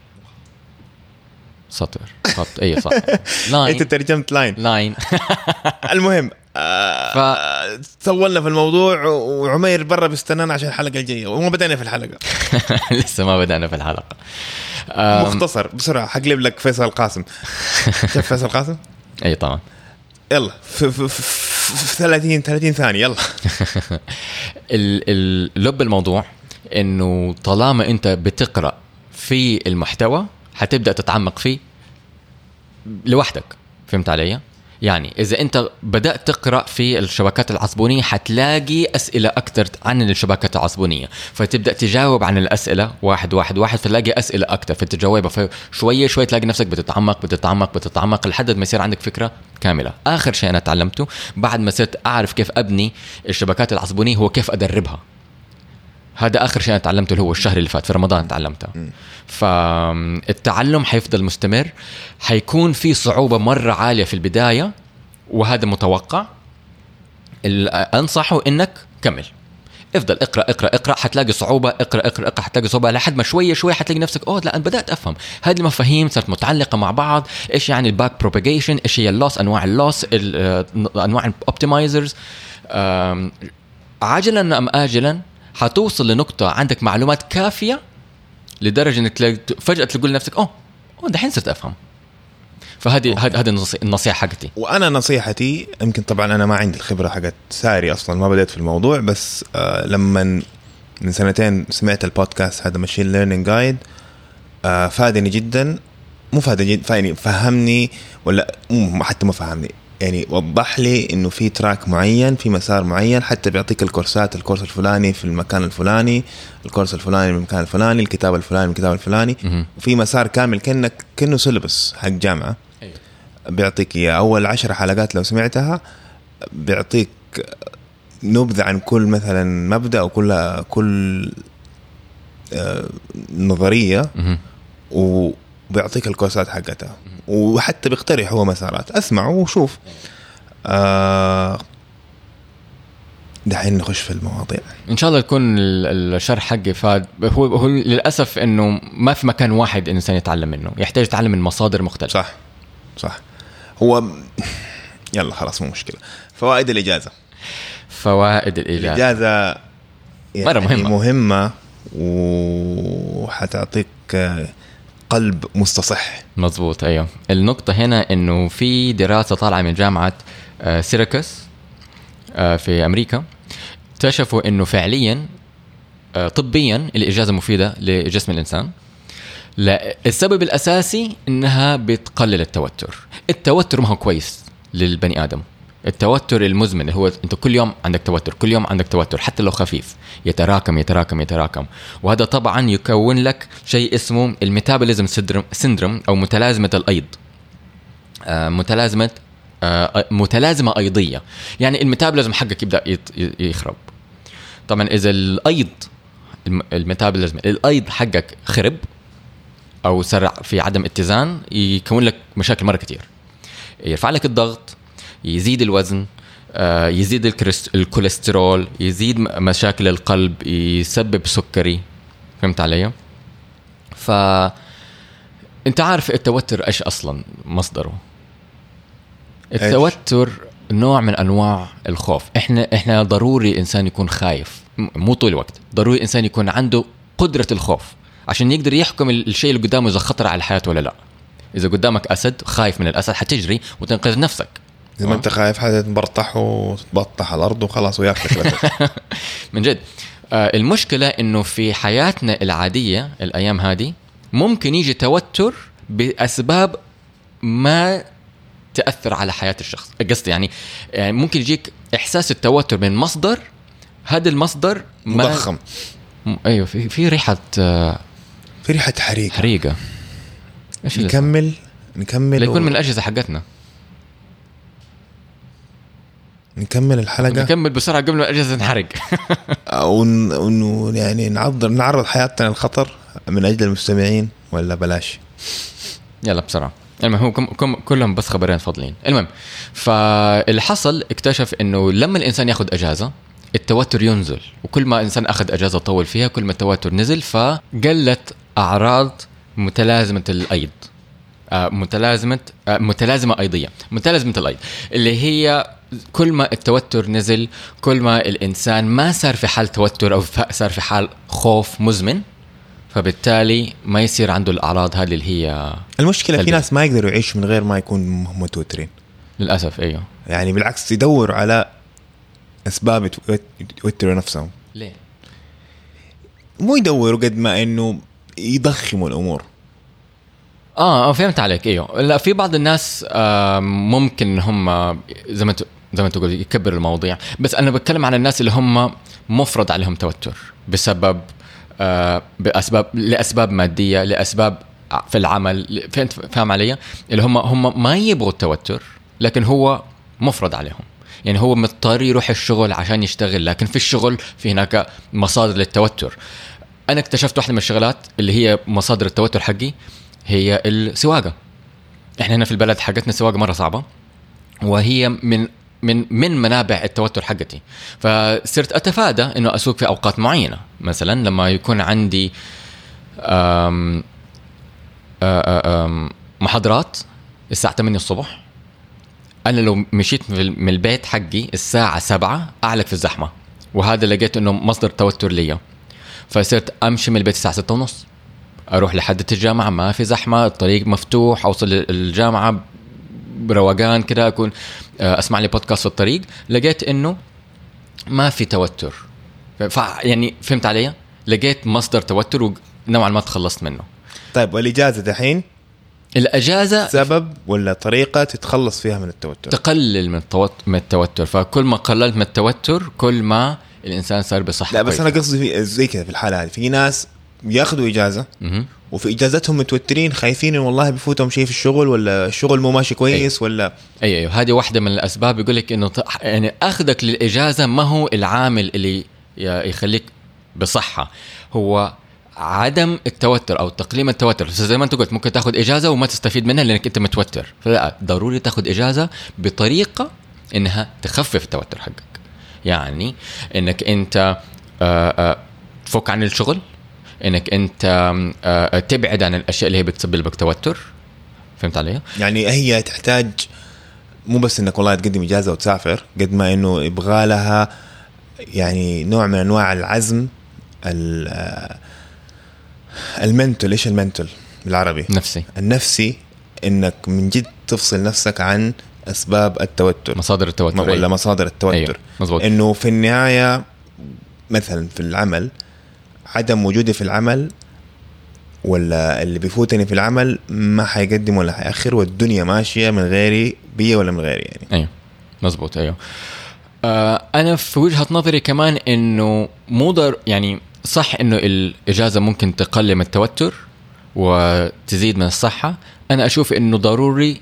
سطر خط اي صح لاين. انت ترجمت لاين لاين المهم آه ف... طولنا في الموضوع وعمير برا بيستنانا عشان الحلقه الجايه وما بدأنا في الحلقه. لسه ما بدأنا في الحلقه. مختصر بسرعه حقلب لك فيصل قاسم. شوف فيصل قاسم اي طبعا. يلا في, في, في, في ثلاثين ثلاثين ثانيه يلا. اللب الموضوع انه طالما انت بتقرأ في المحتوى حتبدأ تتعمق فيه لوحدك. فهمت علي؟ يعني إذا أنت بدأت تقرأ في الشبكات العصبونية حتلاقي أسئلة أكتر عن الشبكات العصبونية، فتبدأ تجاوب عن الأسئلة واحد واحد واحد، فتلاقي أسئلة أكتر فتجاوبها، فشوية شوية تلاقي نفسك بتتعمق بتتعمق بتتعمق لحد ما يصير عندك فكرة كاملة. آخر شيء أنا تعلمته بعد ما صرت أعرف كيف أبني الشبكات العصبونية هو كيف أدربها. هذا آخر شيء أنا تعلمته اللي هو الشهر اللي فات في رمضان تعلمته. فالتعلم حيفضل مستمر، حيكون في صعوبة مرة عالية في البداية وهذا متوقع. أنصحه إنك كمل، افضل اقرأ اقرأ اقرأ، حتلاقي صعوبة، اقرأ اقرأ اقرأ حتلاقي صعوبة لحد ما شوية شوية حتلاقي نفسك أوه لا أنا بدأت أفهم هذه المفاهيم، صارت متعلقة مع بعض. إيش يعني الباك بروباجيشن، إيش هي اللوس، أنواع اللوس، أنواع الأوبتمايزرز. عاجلا أم آجلا حتوصل لنقطة عندك معلومات كافية لدرجة إنك تلاقي فجأة تقول لنفسك أوه أوه دحين صرت أفهم. فهذه هذه هذه النصيحة حقتي. وأنا نصيحتي يمكن طبعا أنا ما عندي الخبرة حقت ساري أصلا، ما بدأت في الموضوع، بس آه لما من سنتين سمعت البودكاست هذا ماشين ليرنينج جايد آه فادني جدا. مو فادني جدا فاني فهمني ولا مو حتى ما فهمني، يعني وضح لي إنه في تراك معين، في مسار معين، حتى بيعطيك الكورسات، الكورس الفلاني في المكان الفلاني، الكورس الفلاني في المكان الفلاني، الكتاب الفلاني في الكتاب الفلاني، وفي مسار كامل كأنك كأنه سيلبس حق جامعة. أيوة. بيعطيك إياه أول عشر حلقات لو سمعتها، بيعطيك نبذة عن كل مثلا مبدأ أو كل كل آه نظرية، وبيعطيك الكورسات حقتها، وحتى بيقترح هو مسارات. اسمع وشوف. آه دحين نخش في المواضيع ان شاء الله يكون الشرح حقي فاد. هو, هو للاسف انه ما في مكان واحد الانسان يتعلم منه، يحتاج يتعلم من مصادر مختلفه. صح صح. هو يلا خلاص مو مشكله. فوائد الاجازه فوائد الاجازه الاجازه يعني مره مهمه مهمه وحتعطيك قلب مستصح. مظبوط. ايوه النقطه هنا انه في دراسه طالعه من جامعه سيراكوس في امريكا، اكتشفوا انه فعليا طبيا الاجازه مفيده لجسم الانسان. لا السبب الاساسي انها بتقلل التوتر. التوتر ما هو كويس للبني ادم، التوتر المزمن اللي هو انت كل يوم عندك توتر، كل يوم عندك توتر حتى لو خفيف، يتراكم يتراكم يتراكم، وهذا طبعا يكون لك شيء اسمه الميتابوليزم سيندروم او متلازمه الايض. آه متلازمه آه متلازمه ايضيه، يعني الميتابوليزم حقك يبدا يخرب. طبعا اذا الايض الميتابوليزم الايض حقك خرب او سرع في عدم اتزان، يكون لك مشاكل مره كتير، يرفع لك الضغط، يزيد الوزن، يزيد الكوليسترول، يزيد مشاكل القلب، يسبب سكري. فهمت علي؟ فأنت عارف التوتر إيش أصلا مصدره؟ التوتر نوع من أنواع الخوف. إحنا إحنا ضروري إنسان يكون خايف، مو طول الوقت، ضروري إنسان يكون عنده قدرة الخوف عشان يقدر يحكم الشيء اللي قدامه إذا خطر على الحياة ولا لا. إذا قدامك أسد، خايف من الأسد، حتجري وتنقذ نفسك. إذا ما أنت خايف حدا تبرطح وتبطح على الأرض وخلاص وياكلك. من جد. آه المشكلة إنه في حياتنا العادية الأيام هذه ممكن يجي توتر بأسباب ما تأثر على حياة الشخص. قصدي يعني, يعني ممكن يجيك إحساس التوتر من مصدر، هذا المصدر مضخم. أيوه في في ريحة آه في ريحة حريقة حريقة. إيش نكمل نكمل لا يكون و... من الأجهزة حقتنا. نكمل الحلقة نكمل بسرعة قبل ما الأجهزة تنحرق. أو إنه يعني نعرض نعرض حياتنا للخطر من أجل المستمعين ولا بلاش؟ يلا بسرعة. المهم هو كم كم كلهم بس خبرين فاضلين. المهم فاللي حصل اكتشف إنه لما الإنسان يأخذ أجازة التوتر ينزل، وكل ما إنسان أخذ أجازة طول فيها كل ما التوتر نزل، فقلت أعراض متلازمة الأيض. آه متلازمة آه متلازمة أيضية متلازمة الأيض اللي هي كل ما التوتر نزل كل ما الإنسان ما صار في حال توتر أو صار في حال خوف مزمن، فبالتالي ما يصير عنده الأعراض هذه اللي هي المشكلة سلبية. في ناس ما يقدروا يعيشوا من غير ما يكون متوترين للأسف. أيوه يعني بالعكس يدوروا على أسباب يتوتروا نفسهم. ليه؟ مو يدوروا قد ما إنه يضخموا الأمور. اه فهمت عليك. ايوه لا في بعض الناس آه ممكن هم زي ما زي ما تقول يكبر المواضيع، بس انا بتكلم عن الناس اللي هم مفرض عليهم توتر بسبب آه باسباب لاسباب ماديه، لاسباب في العمل. فهمت فاهم علي؟ اللي هم هم ما يبغوا التوتر لكن هو مفرض عليهم، يعني هو مضطر يروح الشغل عشان يشتغل، لكن في الشغل في هناك مصادر للتوتر. انا اكتشفت واحده من الشغلات اللي هي مصادر التوتر حقي هي السواقة. احنا هنا في البلد حقتنا السواقة مرة صعبة، وهي من من من منابع التوتر حقتي. فصرت اتفادى انه اسوق في اوقات معينة، مثلا لما يكون عندي أم أم محاضرات الساعة ثمانية الصبح، انا لو مشيت من البيت حقي الساعة سبعة اعلق في الزحمة، وهذا لقيت انه مصدر توتر لي. فصرت امشي من البيت الساعة ستة ونص، اروح لحد الجامعه ما في زحمه، الطريق مفتوح، اوصل الجامعه بروقان كده، اكون اسمع لي بودكاست في الطريق، لقيت انه ما في توتر. ف يعني فهمت علي؟ لقيت مصدر توتر ونوعا ما تخلصت منه. طيب والاجازه دحين الاجازه سبب ولا طريقه تتخلص فيها من التوتر؟ تقلل من التوتر من التوتر فكل ما قللت من التوتر كل ما الانسان صار بصحه. لا بس انا قصدي زي كذا في الحاله هذه في ناس ياخذوا اجازه م- وفي اجازتهم متوترين خايفين ان والله بيفوتهم شيء في الشغل ولا الشغل مو ماشي كويس. أيوه. ولا ايوه ايوه هذه واحده من الاسباب. يقول لك انه يعني اخذك للاجازه ما هو العامل اللي يخليك بصحه، هو عدم التوتر او تقليل التوتر. زي ما انت قلت ممكن تاخذ اجازه وما تستفيد منها لانك انت متوتر، فلا ضروري تاخذ اجازه بطريقه انها تخفف التوتر حقك. يعني انك انت تفك عن الشغل، انك انت تبعد عن الاشياء اللي هي بتسبب لك توتر. فهمت علي؟ يعني هي تحتاج مو بس انك والله تقدم اجازه وتسافر، قد ما انه يبغى لها يعني نوع من انواع العزم المنتل. ايش المنتل بالعربي؟ نفسي. النفسي، انك من جد تفصل نفسك عن اسباب التوتر، مصادر التوتر ولا أيوه. مصادر التوتر. أيوه. انه في النهايه مثلا في العمل عدم وجودي في العمل ولا اللي بيفوتني في العمل ما حيقدم ولا حيأخر، والدنيا ماشية من غيري بي ولا من غيري يعني. أيوه مزبوط أيوه. آه أنا في وجهة نظري كمان إنه مو ضر يعني صح إنه الإجازة ممكن تقلل من التوتر وتزيد من الصحة. أنا أشوف إنه ضروري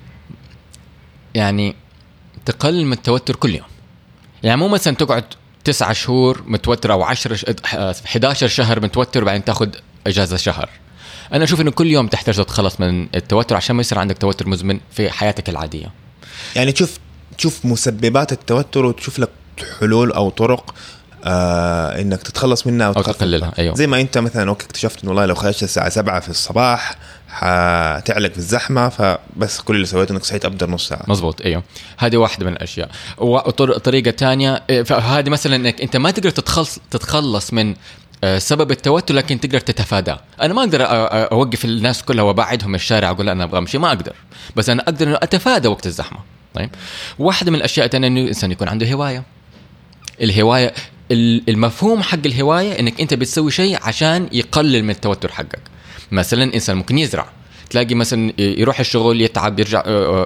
يعني تقلل من التوتر كل يوم. يعني مو مثلا تقعد تسعة شهور متوتر أو عشرة حداشر شهر متوتر وبعدين تاخد إجازة شهر. أنا أشوف إنه كل يوم تحتاج تتخلص من التوتر عشان ما يصير عندك توتر مزمن في حياتك العادية. يعني تشوف تشوف مسببات التوتر وتشوف لك حلول أو طرق آه إنك تتخلص منها أو تقللها. أيوة. زي ما أنت مثلا أوكي اكتشفت إنه والله لو خرجت الساعة سبعة في الصباح حتعلق في الزحمة، فبس كل اللي سويته إنك صحيت أبدأ نص ساعة. مزبوط أيوه. هذه واحدة من الأشياء. وطريقة تانية هذه مثلا إنك أنت ما تقدر تتخلص تتخلص من سبب التوتر لكن تقدر تتفاداه. أنا ما أقدر أوقف الناس كلها وبعدهم من الشارع وأقول أنا أبغى أمشي، ما أقدر، بس أنا أقدر إنه أتفادى وقت الزحمة. طيب واحدة من الأشياء الثانية إنه الإنسان يكون عنده هواية. الهواية المفهوم حق الهواية إنك أنت بتسوي شيء عشان يقلل من التوتر حقك. مثلا إنسان ممكن يزرع، تلاقي مثلا يروح الشغل يتعب يرجع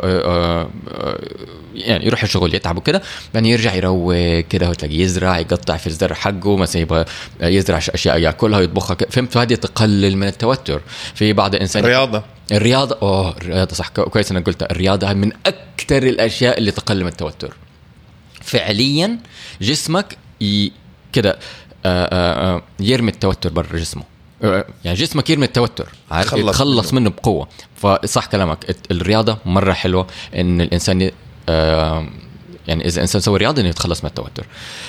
يعني يروح الشغل يتعب وكده، بعدين يرجع يروق كده وتلاقي يزرع يقطع في الزرع حقه، مثلا يبغى يزرع أشياء يأكلها ويطبخها. فهمت؟ هذه تقلل من التوتر. في بعض الإنسان الرياضة الرياضة أوه الرياضة صح كويس أنا قلت. الرياضة من أكثر الأشياء اللي تقلل من التوتر. فعليا جسمك ي... كده يرمي التوتر برا جسمه، يعني جسمك يرمي التوتر عارف يتخلص منه بقوة. فصح كلامك، الرياضة مرة حلوة إن الإنسان يعني إذا إنسان سوى رياضة إنه يتخلص من التوتر.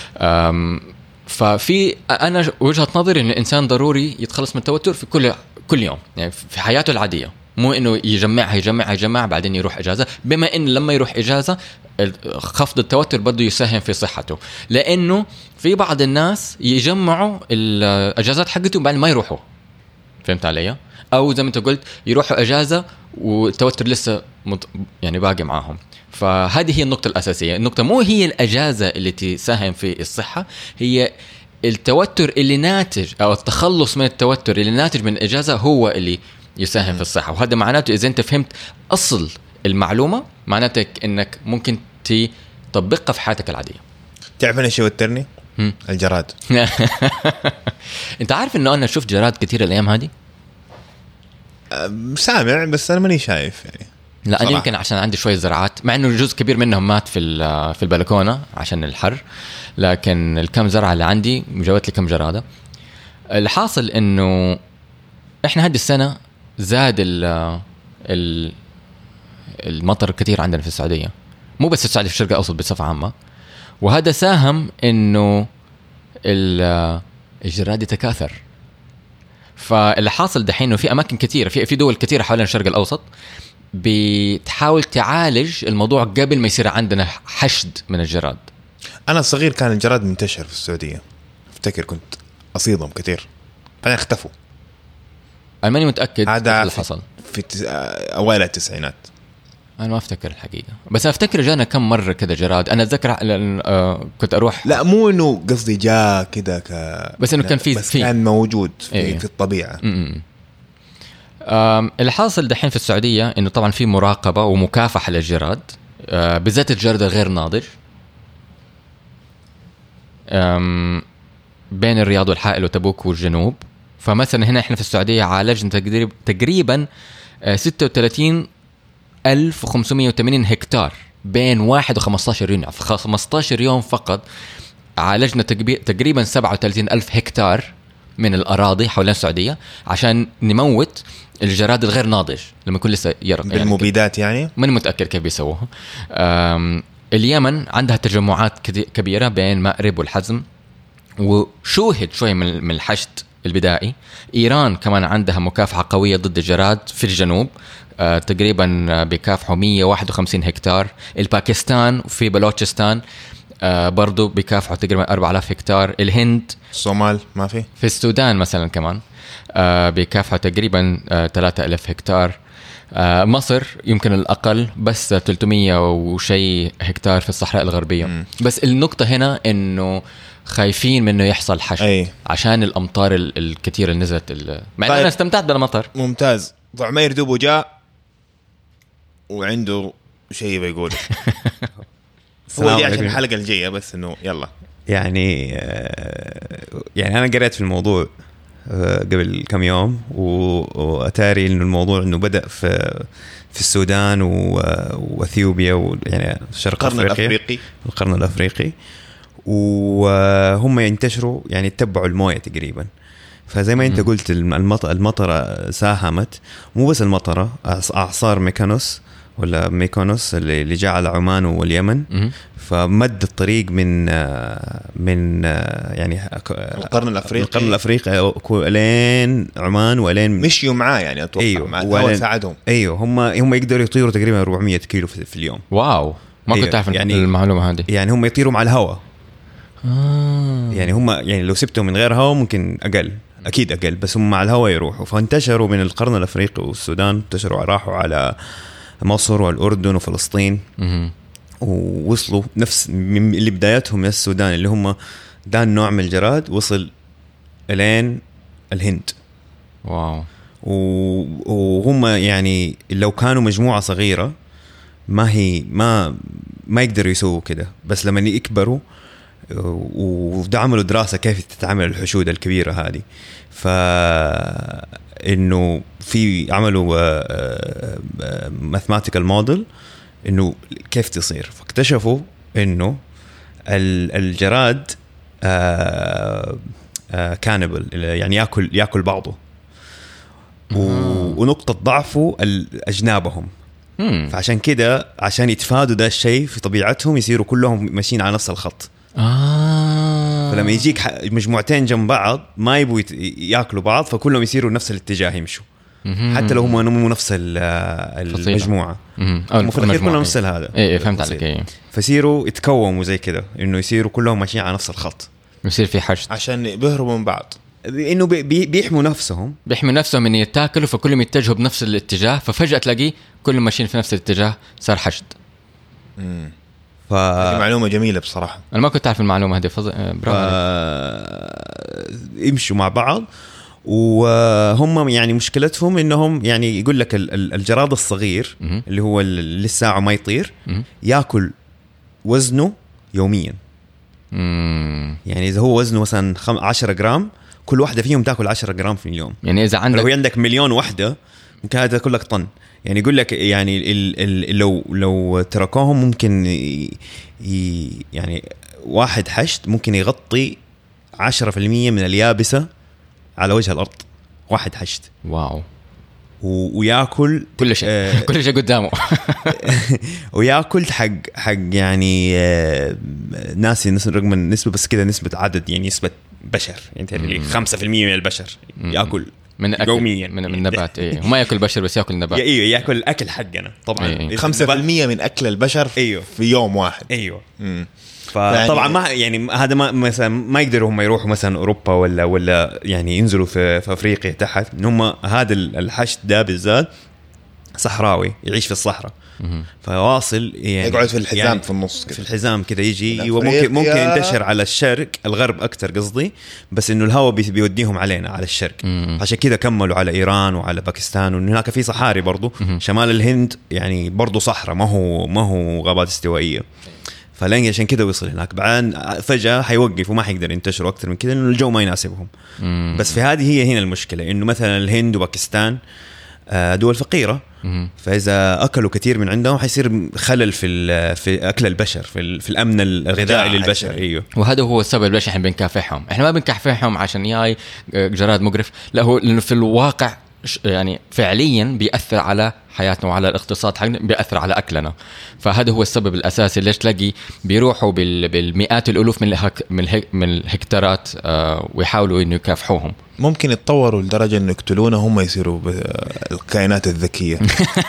ففي أنا وجهة نظري إن الإنسان ضروري يتخلص من التوتر في كل كل يوم يعني في حياته العادية، مو إنه يجمعها يجمعها يجمعها بعدين يروح إجازة. بما إن لما يروح إجازة خفض التوتر بده يساهم في صحته، لأنه في بعض الناس يجمعوا الأجازات حقتهم بعد ما يروحوا. فهمت علي؟ أو زي ما أنت قلت يروحوا أجازة والتوتر لسه مط... يعني باقي معاهم. فهذه هي النقطة الأساسية. النقطة مو هي الأجازة اللي تساهم في الصحة، هي التوتر اللي ناتج أو التخلص من التوتر اللي ناتج من الإجازة هو اللي يساهم في الصحة. وهذا معناته إذا أنت فهمت أصل المعلومة معناتك إنك ممكن تطبقها في حياتك العادية. تعرف أنا شو يوترني؟ الجراد. أنت عارف إنه أنا شفت جراد كتير الأيام هذه؟ سامع بس أنا ماني شايف يعني. لا أنا يمكن عشان عندي شوية زرعات، مع إنه جزء كبير منهم مات في في البلكونة عشان الحر، لكن الكم زرعة اللي عندي جوت لي كم جرادة. الحاصل إنه إحنا هذه السنة زاد ال ال المطر كتير عندنا في السعودية، مو بس السعودية، في الشرق الأوسط بصفة عامة، وهذا ساهم إنه الجراد يتكاثر. فاللي حاصل دحين إنه في أماكن كتيرة في في دول كتيرة حوالين الشرق الأوسط بتحاول تعالج الموضوع قبل ما يصير عندنا حشد من الجراد. أنا صغير كان الجراد منتشر في السعودية، افتكر كنت أصيدهم كتير بعدين اختفوا. أنا ماني متأكد هذا اللي حصل في أوائل التسعينات. أنا ما أفتكر الحقيقة، بس أفتكر جانا كم مرة كذا جراد. أنا أتذكر كنت أروح، لا مو إنه قصدي جاء كذا ك... بس إنه كان في بس في كان موجود في, إيه. في الطبيعة. اللي حاصل دحين في السعودية إنه طبعا في مراقبة ومكافحة للجراد، بالذات الجرد الغير ناضج بين الرياض والحائل وتبوك والجنوب. فمثلا هنا إحنا في السعودية عالجنا تقريبا ستة وثلاثين ألف وخمسمية وثمانين هكتار بين واحد وخمستاشر يوم. في خمستاشر يوم فقط عالجنا تقريبا سبعة وثلاثين ألف هكتار من الأراضي حول السعودية عشان نموت الجراد الغير ناضج لما يكون لسه يرق. بالمبيدات يعني, يعني؟ ماني متأكد كيف بيسووها. اليمن عندها تجمعات كبيرة بين مأرب والحزم وشوهد شوي من الحشد البدائي. إيران كمان عندها مكافحة قوية ضد الجراد في الجنوب، آه تقريبا بيكافحوا مية وواحد وخمسين هكتار. الباكستان في بلوتشستان آه برضو بيكافحوا تقريبا أربعة آلاف هكتار. الهند، الصومال ما في في السودان مثلا كمان آه بيكافحوا تقريبا آه ثلاثة آلاف هكتار. آه مصر يمكن الأقل بس ثلاثمية وشي هكتار في الصحراء الغربية. م. بس النقطة هنا إنه خايفين منه يحصل حشد أي. عشان الأمطار الكثيرة اللي نزلت. مع طيب. أنا استمتعت بالمطر. ممتاز. ضعمير دوبو جاء وعنده شيء بيقول هو دي عشان الحلقة الجاية بس إنه يلا يعني يعني أنا قرأت في الموضوع قبل كم يوم وأتاري إنه الموضوع إنه بدأ في في السودان وأثيوبيا ويعني شرق أفريقيا القرن الأفريقي وهم ينتشروا يعني يتبعوا الموية تقريبا. فزي ما أنت قلت المطر المطرة ساهمت مو بس المطرة أعصار ميكونوس ولا ميكونوس اللي جاء على عمان واليمن فمد الطريق من من يعني القرن الافريقي القرن الافريقي لين عمان ولين مشيوا معاه يعني اتوقع أيوه مع الهواء ساعدهم. ايوه هم هم يقدروا يطيروا تقريبا أربعمية كيلو في, في اليوم. واو ما أيوه. كنت اعرف يعني المعلومه هذه. يعني هم يطيروا مع الهواء. آه. يعني هم يعني لو سبتهم من غير هواء ممكن اقل اكيد اقل بس هم مع الهواء يروحوا. فانتشروا من القرن الافريقي والسودان انتشروا راحوا على مصر والأردن وفلسطين م- ووصلوا نفس من اللي بدايتهم من السودان اللي هم ده النوع من الجراد وصل إلين الهند. واو. وهم يعني لو كانوا مجموعة صغيرة ما هي ما ما يقدروا يسووا كده بس لما يكبروا وده عملوا دراسة كيف تتعامل الحشود الكبيرة هذه. فإنه في عملوا mathematical model إنه كيف تصير. فاكتشفوا إنه الجراد كانبل يعني يأكل يأكل بعضه ونقطة ضعفه أجنابهم. فعشان كده عشان يتفادوا ده الشيء في طبيعتهم يصيروا كلهم ماشيين على نفس الخط. آه. فلما يجيك مجموعتين جنب بعض ما يبوا ياكلوا بعض فكلهم يصيروا نفس الاتجاه يمشوا حتى لو هم مو نفس المجموعة المفروض يكونوا نفس هذا. ايه فهمت عليك. ايه فيصيروا يتكوموا زي كده انه يصيروا كلهم ماشيين على نفس الخط يصير في حشد عشان بيهربوا من بعض انه بي بيحموا نفسهم بيحموا نفسهم من يتاكلوا فكلهم يتجهوا بنفس الاتجاه ففجأة تلاقي كلهم ماشيين في نفس الاتجاه صار حشد. امم ف... معلومة جميلة بصراحة أنا ما كنت أعرف المعلومة هذه فض... برافو. ف... يمشوا مع بعض وهم يعني مشكلتهم إنهم يعني يقول لك الجراد الصغير م- اللي هو اللي الساعة ما يطير م- يأكل وزنه يوميا. م- يعني إذا هو وزنه مثلا عشرة جرام كل واحدة فيهم تأكل عشرة جرام في اليوم. يعني إذا عندك لو عندك مليون واحدة ممكن هذا تأكل لك طن. يعني يقول لك يعني ال ال لو لو تركوهم ممكن ي يعني واحد حشد ممكن يغطي عشرة في المية من اليابسة على وجه الأرض. واحد حشد. واو. وياكل كل شيء آه كل شيء قدامه وياكل حق حق يعني آه ناسي رقم النسبة بس كذا نسبة عدد يعني نسبة بشر يعني خمسة في المية من البشر ياكل من أكل يوميا من, من النبات. إيه وما ياكل بشر بس ياكل نبات. ايوه ياكل الاكل حقنا طبعا. إيه. خمسة في المية من اكل البشر في, أيوه. في يوم واحد. ايوه فطبعا ما يعني هذا ما مثلا ما يقدروا هم يروحوا مثلا اوروبا ولا ولا يعني ينزلوا في, في افريقيا تحت ان هم هذا الحشد ده بالذات صحراوي يعيش في الصحراء فواصل يعني يقعد في الحزام يعني في النص كده. في الحزام كده يجي وممكن ممكن ينتشر على الشرق الغرب أكتر قصدي بس إنه الهواء بيوديهم علينا على الشرق. عشان كده كملوا على إيران وعلى باكستان وإن هناك في صحاري برضو. شمال الهند يعني برضو صحراء ما هو ما هو غابات استوائية فلين عشان كده وصل هناك. بعدين فجأة حيوقف وما حيقدر ينتشروا أكتر من كده إنه الجو ما يناسبهم. بس في هذه هي هنا المشكلة إنه مثلا الهند وباكستان دول فقيرة فإذا أكلوا كثير من عندهم حيصير خلل في في أكل البشر في, في الأمن الغذائي للبشر. أيوه وهذا هو السبب ليش إحنا بنكافحهم. إحنا ما بنكافحهم عشان ياي جراد مقرف لا هو لأنه في الواقع يعني فعليا بيأثر على حياتنا وعلى الاقتصاد حقنا بيأثر على أكلنا. فهذا هو السبب الأساسي ليش تلاقي بيروحوا بالمئات الألوف من الهك من من الهكتارات آه ويحاولوا إنه يكافحوهم. ممكن يتطوروا لدرجة إنه يقتلونا هم يصيروا الكائنات الذكية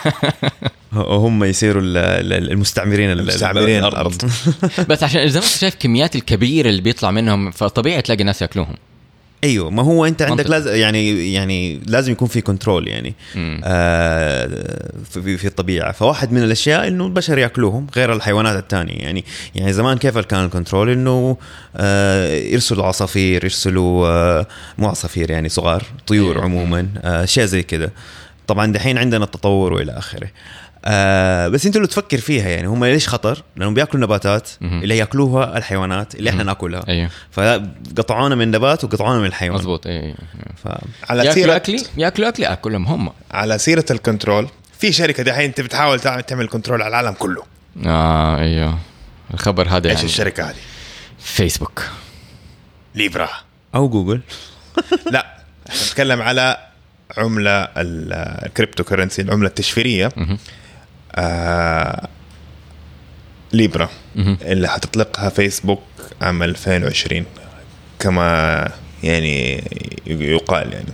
هم يصيروا المستعمرين المستعمرين الأرض بس عشان إذا ما شايف كميات الكبيرة اللي بيطلع منهم فطبيعي تلاقي ناس يأكلوهم. ايوه ما هو انت عندك لازم يعني يعني لازم يكون في كنترول يعني آه في في الطبيعه. فواحد من الاشياء انه البشر ياكلوهم غير الحيوانات الثانيه. يعني يعني زمان كيف كان الكنترول انه آه يرسلوا عصافير يرسلوا آه مو عصافير يعني صغار طيور عموما آه شيء زي كده. طبعا دحين عندنا التطور والى اخره. آه بس انت لو تفكر فيها يعني هم ليش خطر؟ لانهم بياكلوا نباتات مهم. اللي ياكلوها الحيوانات اللي احنا ناكلها. ايوه فقطعونا من نبات وقطعونا من الحيوان. مظبوط. ايه ف... على ياكلوا سيرة اكلي ياكلوا اكلي اكلهم هم. على سيرة الكنترول، في شركة دحين انت بتحاول تعمل تعمل كنترول على العالم كله. اه ايوه الخبر هذا ايش يعني. الشركة هذه؟ فيسبوك. ليبرا او جوجل. لا نتكلم على عملة الكريبتو كورنسي، العملة التشفيرية. آه ليبرا مهم. اللي هتطلقها فيسبوك عام ألفين وعشرين كما يعني يقال يعني.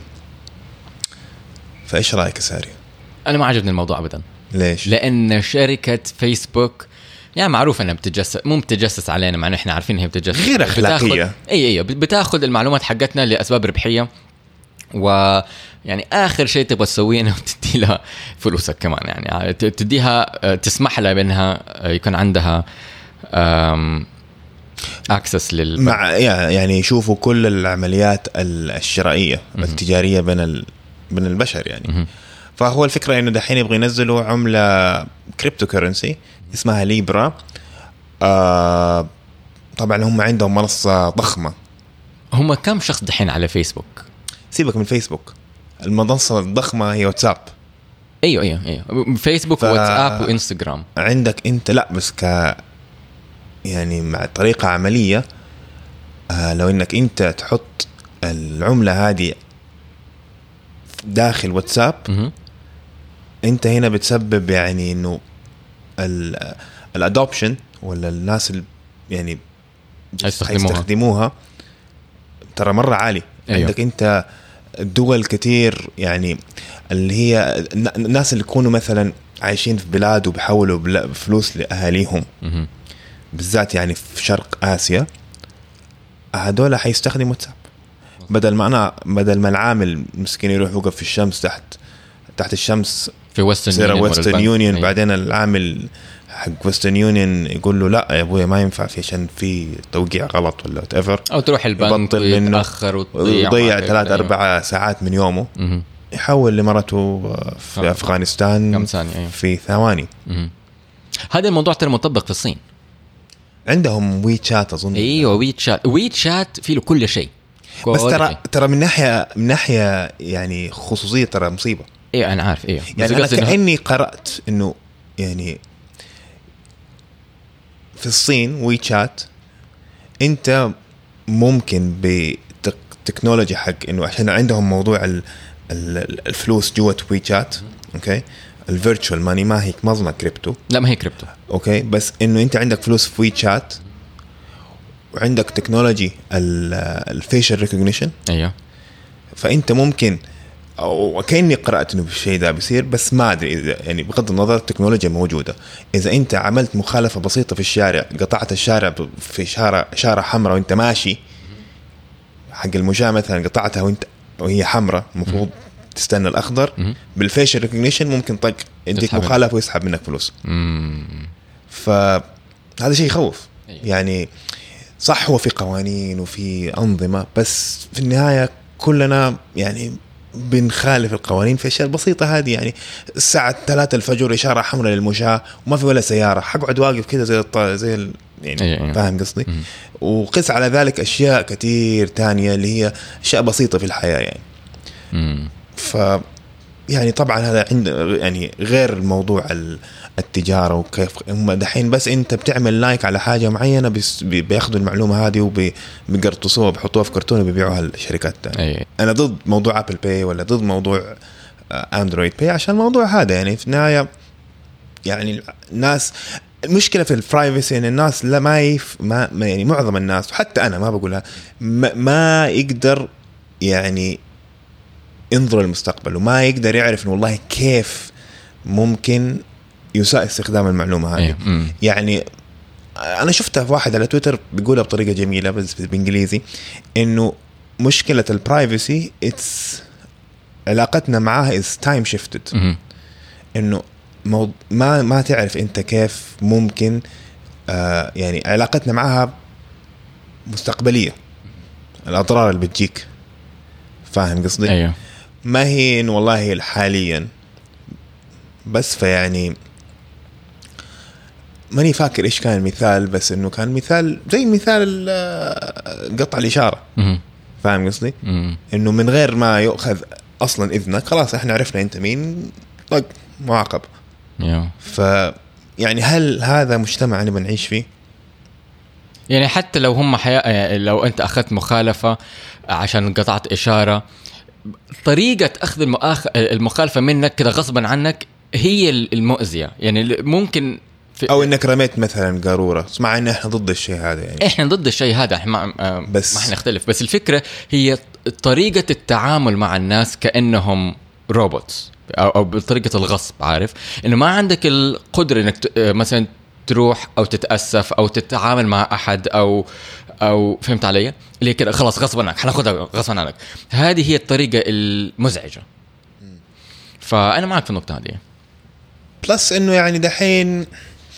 فايش رايك يا ساري؟ انا ما عجبني الموضوع ابدا. ليش؟ لان شركه فيسبوك يعني معروف انها بتتجسس، مو بتتجسس علينا مع انه احنا عارفين انها بتتجسس، غير أخلاقية. اي اي بتاخذ المعلومات حقتنا لاسباب ربحيه، و يعني اخر شيء تبغى تسويه انه تدي لها فلوسك كمان، يعني تديها تسمح لها بانها يكون عندها اكسس لل مع يعني يشوفوا كل العمليات الشرائيه التجاريه بين ال... بين البشر يعني. م- فهو الفكره انه دحين يبغى ينزلوا عمله كريبتو كورنسي اسمها ليبرا. آه طبعا هم عندهم منصه ضخمه. هم كم شخص دحين على فيسبوك؟ سيبك من فيسبوك، المنصه الضخمه هي واتساب. ايوه ايوه ايوه فيسبوك ف... واتساب وانستغرام. عندك انت لا بس ك يعني مع طريقه عمليه. آه لو انك انت تحط العمله هذه داخل واتساب، م- انت هنا بتسبب يعني انه الادوبشن ولا الناس اللي يعني هيستخدموها. هيستخدموها ترى مرة عالي. أيوه. عندك انت دول كتير يعني اللي هي الناس اللي يكونوا مثلا عايشين في بلاد وبيحولوا فلوس لأهاليهم، م- بالذات يعني في شرق آسيا، هدول حيستخدموا واتساب. بدل ما أنا بدل ما العامل مسكين يروح يوقف في الشمس تحت تحت الشمس في ويسترن يونيون ويسترن يونيون أيوه. بعدين العامل حق ويسترن يونيون يقول له لا يا ابويا ما ينفع في عشان في توقيع غلط ولا whatever، او تروح البنك ويتاخر وتضيع ويضيع ثلاث اربع ساعات من يومه. م- يحول لمرته في آه. افغانستان كم ثانية أيوه. في ثواني. م- هذا الموضوع ترى مطبق في الصين. عندهم وي شات اظن. ايوه وي شات وي شات فيه له كل شيء. بس ترى ترى من ناحيه من ناحيه يعني خصوصيه ترى مصيبه. ايه انا عارف ايه يعني انا كاني قرات انه يعني في الصين وي شات انت ممكن بتكنولوجيا حق انه عشان عندهم موضوع ال ال الفلوس جوه وي شات، اوكي، الفيرتشوال ماني ما هي منظمه كريبتو، لا ما هي كريبتو، اوكي، بس انه انت عندك فلوس في وي شات وعندك تكنولوجي الفيشل ريكوجنيشن. ايوه فانت ممكن او كاني قرات انه بالشيء ده بيصير، بس ما ادري اذا يعني بغض النظر التكنولوجيا موجوده. اذا انت عملت مخالفه بسيطه في الشارع، قطعت الشارع في شارع شارع حمراء وانت ماشي، حق المشاة مثلا قطعتها وانت وهي حمراء المفروض تستنى الاخضر، بالفيشل ريكوجنيشن ممكن طق يديك مخالفه ويسحب منك فلوس. فهذا شيء يخوف. يعني صح هو في قوانين وفي انظمه، بس في النهايه كلنا يعني بنخالف القوانين في اشياء بسيطه هذه. يعني الساعه ثلاثة الفجر اشاره حمراء للمشاة وما في ولا سياره، حقعد واقف كذا زي الط... زي ال... يعني أيه. فاهم قصدي؟ وقس على ذلك اشياء كتير تانية اللي هي اشياء بسيطه في الحياه يعني. مم. ف يعني طبعا هذا عند يعني غير الموضوع التجاره وكيف هم دحين بس انت بتعمل لايك على حاجه معينه بس بياخذوا المعلومه هذه وبيقرطسوها بيحطوها في كرتون وبيبيعوها للشركات الثانيه. أيه. انا ضد موضوع ابل باي ولا ضد موضوع اندرويد باي عشان الموضوع هذا يعني في النهايه يعني الناس المشكله في البرايفسي ان الناس لا ما يف ما يعني معظم الناس وحتى انا ما بقولها ما, ما يقدر يعني ينظر للمستقبل وما يقدر يعرف إنه والله كيف ممكن يساء استخدام المعلومة هذه. أيه. يعني أنا شفتها في واحد على تويتر بيقولها بطريقة جميلة بس بالإنجليزي، إنه مشكلة البرايفسي it's علاقتنا معاها is time shifted. إنه مو ما ما تعرف أنت كيف ممكن آه يعني علاقتنا معاها مستقبلية، الأضرار اللي بتجيك، فاهم قصدي؟ أيوه. ما هي إن والله حاليا بس. فيعني ماني فاكر إيش كان المثال، بس إنه كان مثال زي مثال قطع الإشارة. فاهم قصدي؟ إنه من غير ما يؤخذ أصلا إذنك خلاص إحنا عرفنا أنت مين، طق معاقب. ف يعني هل هذا مجتمع نبغى نعيش فيه؟ يعني حتى لو هم حياة، لو أنت أخذت مخالفة عشان قطعت إشارة، طريقة أخذ المؤاخ... المخالفة منك كده غصبا عنك هي المؤذية. يعني ممكن في... أو إنك رميت مثلا قارورة، مع إن إحنا ضد الشيء هذا. يعني إحنا ضد الشيء هذا، إحنا ما بس ما إحنا نختلف، بس الفكرة هي طريقة التعامل مع الناس كأنهم روبوتس أو, أو بطريقة الغصب. عارف إنه ما عندك القدرة إنك ت... مثلا تروح أو تتأسف أو تتعامل مع أحد أو أو فهمت علي؟ اللي كده خلاص غصبا عنك، حناخدها غصبا عنك. هذه هي الطريقة المزعجة. فأنا معك في النقطة هذه. بلس إنه يعني دحين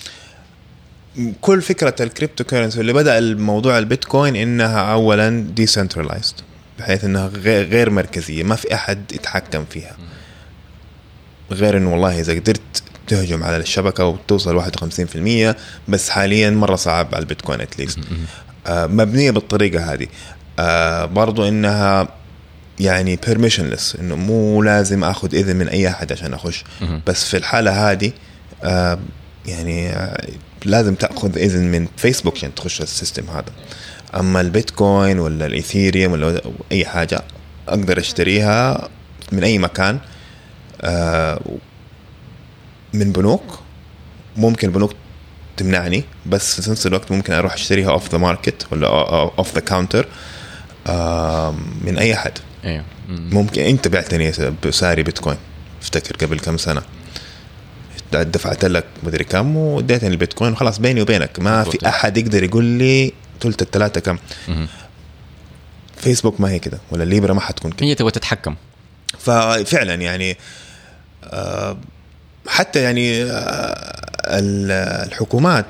كل فكرة الكريبتو كورنسي اللي بدأ الموضوع البيتكوين إنها أولا ديسنترلايزد، بحيث إنها غير مركزية، ما في أحد يتحكم فيها غير إنه والله إذا قدرت تهجم على الشبكة وتوصل واحد وخمسين بالمية، بس حاليا مرة صعب على البيتكوين اتليست. آه مبنية بالطريقة هذه. آه برضو إنها يعني permissionless، إنه مو لازم أخذ إذن من أي أحد عشان أخش. بس في الحالة هذه آه يعني آه لازم تأخذ إذن من فيسبوك عشان تخش السيستم هذا. أما البيتكوين ولا الإيثيريوم ولا أي حاجة أقدر أشتريها من أي مكان، آه من بنوك. ممكن بنوك تمنعني، بس في نفس الوقت ممكن أروح أشتريها أوف ذا ماركت ولا أوف ذا كاونتر من أي أحد. أيوه. ممكن أنت بعتني بسعر بيتكوين افتكر قبل كم سنة، دفعت لك مدري كم وديتني البيتكوين وخلاص بيني وبينك، ما في أحد يقدر يقول لي ثلث الثلاثة كم. فيسبوك ما هي كده، ولا الليبرا ما حتكون كده، هي تبغى تتحكم. ففعلا يعني آه حتى يعني الحكومات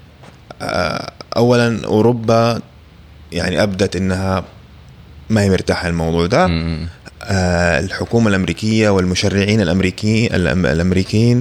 أولا أوروبا يعني أبدت إنها ما هي مرتاحة الموضوع ده. الحكومة الأمريكية والمشرعين الأمريكيين الأمريكيين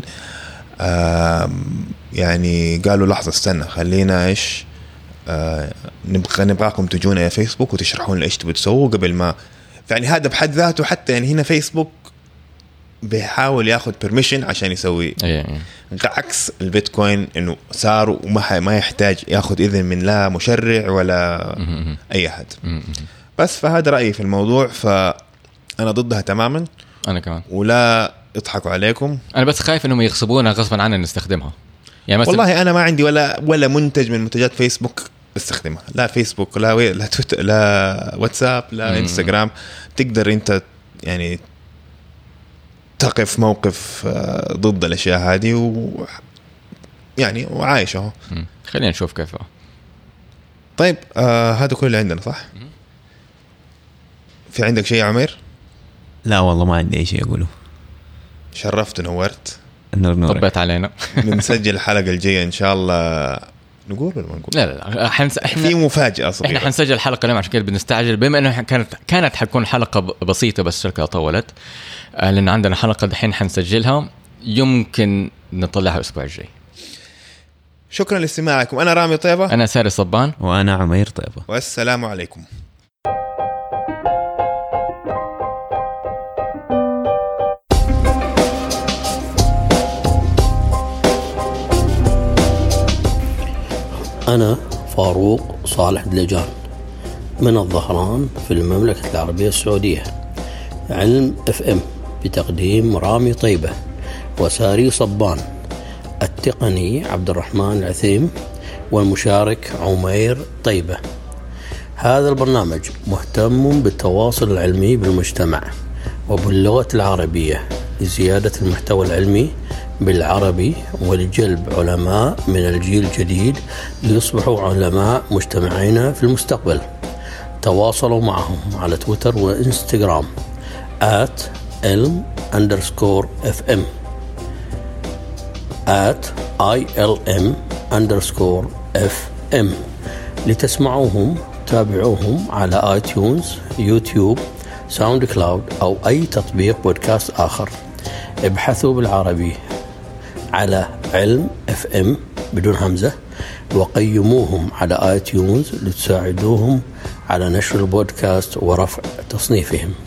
يعني قالوا لحظة استنى، خلينا إيش نبغى نبغاكم تجونا يا فيسبوك وتشرحون إيش تبغوا تسووا قبل ما. يعني هذا بحد ذاته حتى يعني هنا فيسبوك بيحاول ياخد permission عشان يسوي عكس البيتكوين، انه صار وما ما يحتاج ياخد اذن من لا مشرع ولا اي احد. بس فهذا رايي في الموضوع، فانا ضدها تماما. انا كمان، ولا يضحكوا عليكم. انا بس خايف انهم يغصبونا غصبا عننا نستخدمها. يعني مثلا والله انا ما عندي ولا ولا منتج من منتجات فيسبوك استخدمها، لا فيسبوك لا وي... لا تويتر لا واتساب لا مم. انستغرام. تقدر انت يعني تقف موقف ضد الاشياء هذه و يعني وعايش اهو. خلينا نشوف كيف. طيب آه هذا كل اللي عندنا صح؟ مم. في عندك شيء يا عمير؟ لا والله ما عندي اي شيء اقوله. شرفت ونورت. طبيت علينا. بنسجل الحلقه الجايه ان شاء الله. نقول ولا ما نقول؟ لا لا لا حنس... احنا في مفاجاه صغيره. احنا حنسجل الحلقه اليوم عشان كده بنستعجل، بما انه كانت كانت حتكون حلقه بسيطه بس الشركه طولت، لان عندنا حلقه دحين حنسجلها يمكن نطلعها الاسبوع الجاي. شكرا لاستماعكم. انا رامي طيبه، انا ساري صبان، وانا عمير طيبه، والسلام عليكم. أنا فاروق صالح دلجان من الظهران في المملكة العربية السعودية. علم اف ام بتقديم رامي طيبة وساري صبان، التقني عبد الرحمن العثيم، والمشارك عمير طيبة. هذا البرنامج مهتم بالتواصل العلمي بالمجتمع وباللغة العربية لزيادة المحتوى العلمي بالعربي ولجلب علماء من الجيل الجديد ليصبحوا علماء مجتمعين في المستقبل. تواصلوا معهم على تويتر وإنستغرام at ilm underscore fm at ilm underscore fm. لتسمعوهم تابعوهم على آي تيونز، يوتيوب، ساوند كلاود أو أي تطبيق بودكاست آخر. ابحثوا بالعربي على علم اف ام بدون همزة، وقيموهم على آي تيونز لتساعدوهم على نشر البودكاست ورفع تصنيفهم.